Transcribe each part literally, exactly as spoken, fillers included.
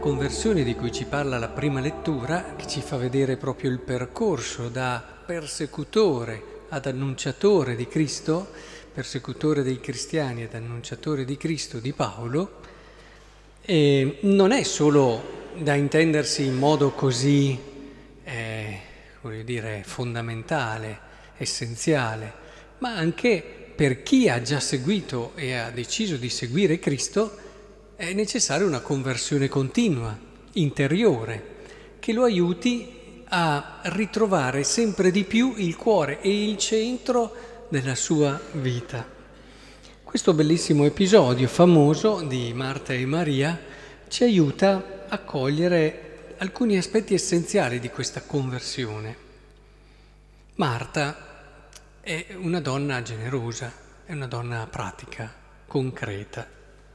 conversione di cui ci parla la prima lettura, che ci fa vedere proprio il percorso da persecutore ad annunciatore di Cristo, persecutore dei cristiani ed annunciatore di Cristo di Paolo, e non è solo da intendersi in modo così, eh, voglio dire, fondamentale, essenziale, ma anche per chi ha già seguito e ha deciso di seguire Cristo è necessaria una conversione continua, interiore, che lo aiuti a ritrovare sempre di più il cuore e il centro della sua vita. Questo bellissimo episodio famoso di Marta e Maria ci aiuta a cogliere alcuni aspetti essenziali di questa conversione. Marta è una donna generosa, è una donna pratica, concreta.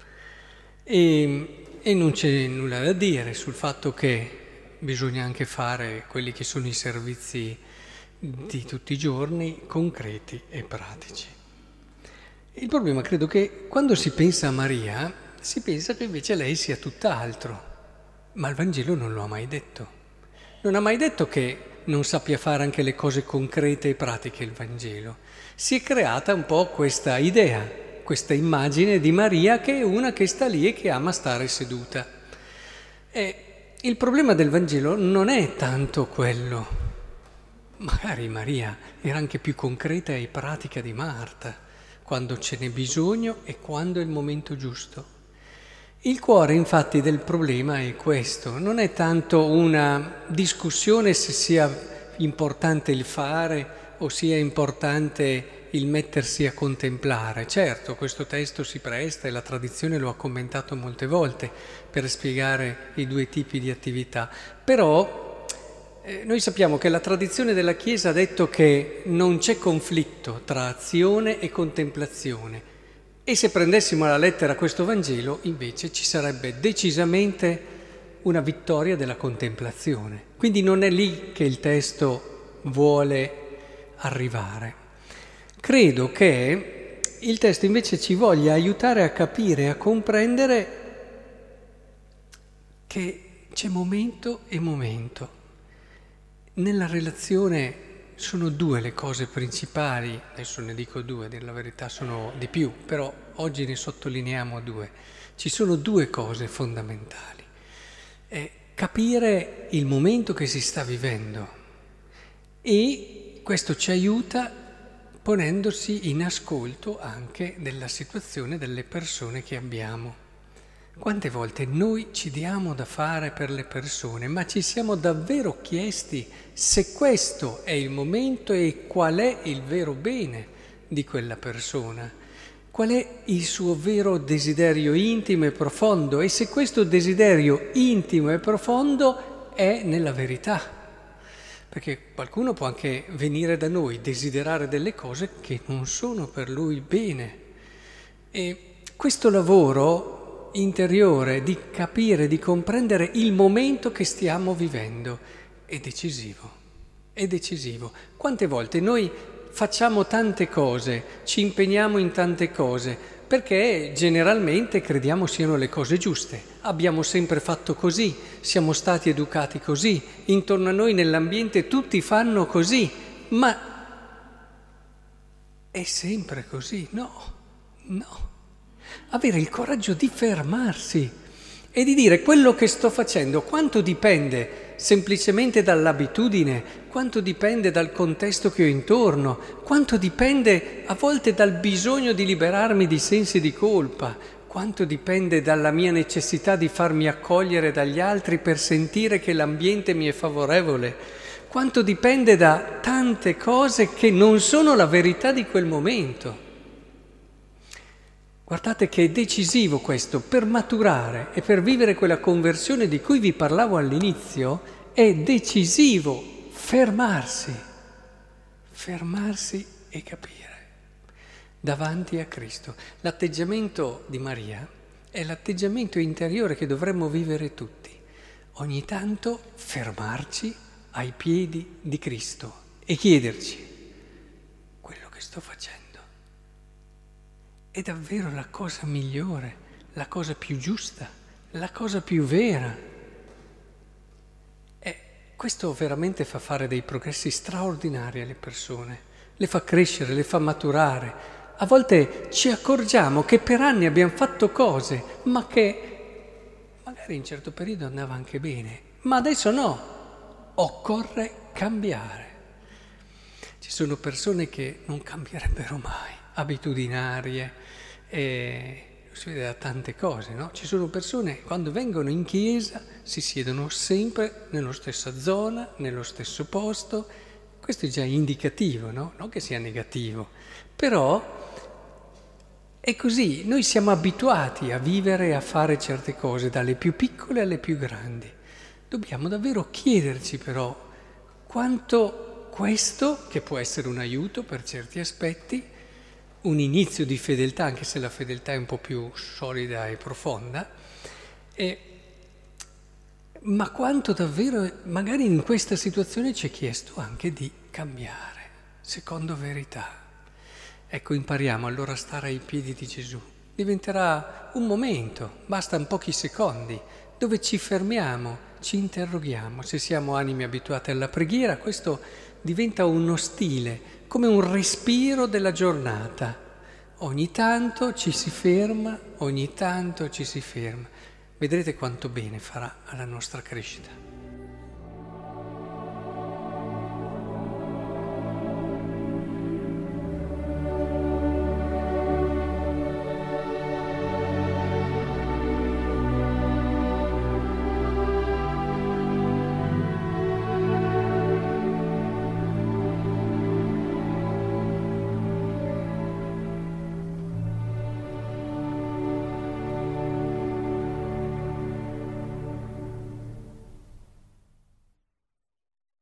E, e non c'è nulla da dire sul fatto che bisogna anche fare quelli che sono i servizi di tutti i giorni, concreti e pratici. Il problema credo che quando si pensa a Maria, si pensa che invece lei sia tutt'altro, ma il Vangelo non lo ha mai detto. Non ha mai detto che non sappia fare anche le cose concrete e pratiche il Vangelo. Si è creata un po' questa idea, questa immagine di Maria che è una che sta lì e che ama stare seduta. E il problema del Vangelo non è tanto quello. Magari Maria era anche più concreta e pratica di Marta, quando ce n'è bisogno e quando è il momento giusto. Il cuore infatti del problema è questo, non è tanto una discussione se sia importante il fare o sia importante il mettersi a contemplare. Certo, questo testo si presta e la tradizione lo ha commentato molte volte per spiegare i due tipi di attività, però eh, noi sappiamo che la tradizione della Chiesa ha detto che non c'è conflitto tra azione e contemplazione. E se prendessimo alla lettera questo Vangelo, invece ci sarebbe decisamente una vittoria della contemplazione. Quindi non è lì che il testo vuole arrivare. Credo che il testo invece ci voglia aiutare a capire, a comprendere che c'è momento e momento. Nella relazione sono due le cose principali, adesso ne dico due, a dire la verità sono di più, però oggi ne sottolineiamo due. Ci sono due cose fondamentali. È capire il momento che si sta vivendo e questo ci aiuta ponendosi in ascolto anche della situazione delle persone che abbiamo. Quante volte noi ci diamo da fare per le persone, ma ci siamo davvero chiesti se questo è il momento e qual è il vero bene di quella persona, qual è il suo vero desiderio intimo e profondo e se questo desiderio intimo e profondo è nella verità. Perché qualcuno può anche venire da noi, desiderare delle cose che non sono per lui bene. E questo lavoro interiore di capire, di comprendere il momento che stiamo vivendo è decisivo, è decisivo. Quante volte noi facciamo tante cose, ci impegniamo in tante cose, perché generalmente crediamo siano le cose giuste. Abbiamo sempre fatto così, siamo stati educati così, intorno a noi nell'ambiente tutti fanno così, ma è sempre così? No, no. Avere il coraggio di fermarsi e di dire quello che sto facendo, quanto dipende semplicemente dall'abitudine, quanto dipende dal contesto che ho intorno, quanto dipende a volte dal bisogno di liberarmi di sensi di colpa, quanto dipende dalla mia necessità di farmi accogliere dagli altri per sentire che l'ambiente mi è favorevole, quanto dipende da tante cose che non sono la verità di quel momento. Guardate che è decisivo questo, per maturare e per vivere quella conversione di cui vi parlavo all'inizio, è decisivo fermarsi, fermarsi e capire davanti a Cristo. L'atteggiamento di Maria è l'atteggiamento interiore che dovremmo vivere tutti. Ogni tanto fermarci ai piedi di Cristo e chiederci quello che sto facendo è davvero la cosa migliore, la cosa più giusta, la cosa più vera. questo veramente fa fare dei progressi straordinari alle persone, le fa crescere, le fa maturare. A volte ci accorgiamo che per anni abbiamo fatto cose, ma che magari in un certo periodo andava anche bene, ma adesso no, occorre cambiare. Ci sono persone che non cambierebbero mai, abitudinarie, e lo si vede da tante cose, no? Ci sono persone che quando vengono in chiesa si siedono sempre nella stessa zona, nello stesso posto. Questo è già indicativo, no? Non che sia negativo, però è così. Noi siamo abituati a vivere e a fare certe cose, dalle più piccole alle più grandi. Dobbiamo davvero chiederci però quanto questo, che può essere un aiuto per certi aspetti, un inizio di fedeltà, anche se la fedeltà è un po' più solida e profonda, e, ma quanto davvero, magari in questa situazione ci è chiesto anche di cambiare, secondo verità. Ecco, impariamo allora a stare ai piedi di Gesù. Diventerà un momento, bastano pochi secondi, dove ci fermiamo, ci interroghiamo. Se siamo anime abituate alla preghiera, questo diventa uno stile, come un respiro della giornata. Ogni tanto ci si ferma, ogni tanto ci si ferma. Vedrete quanto bene farà alla nostra crescita.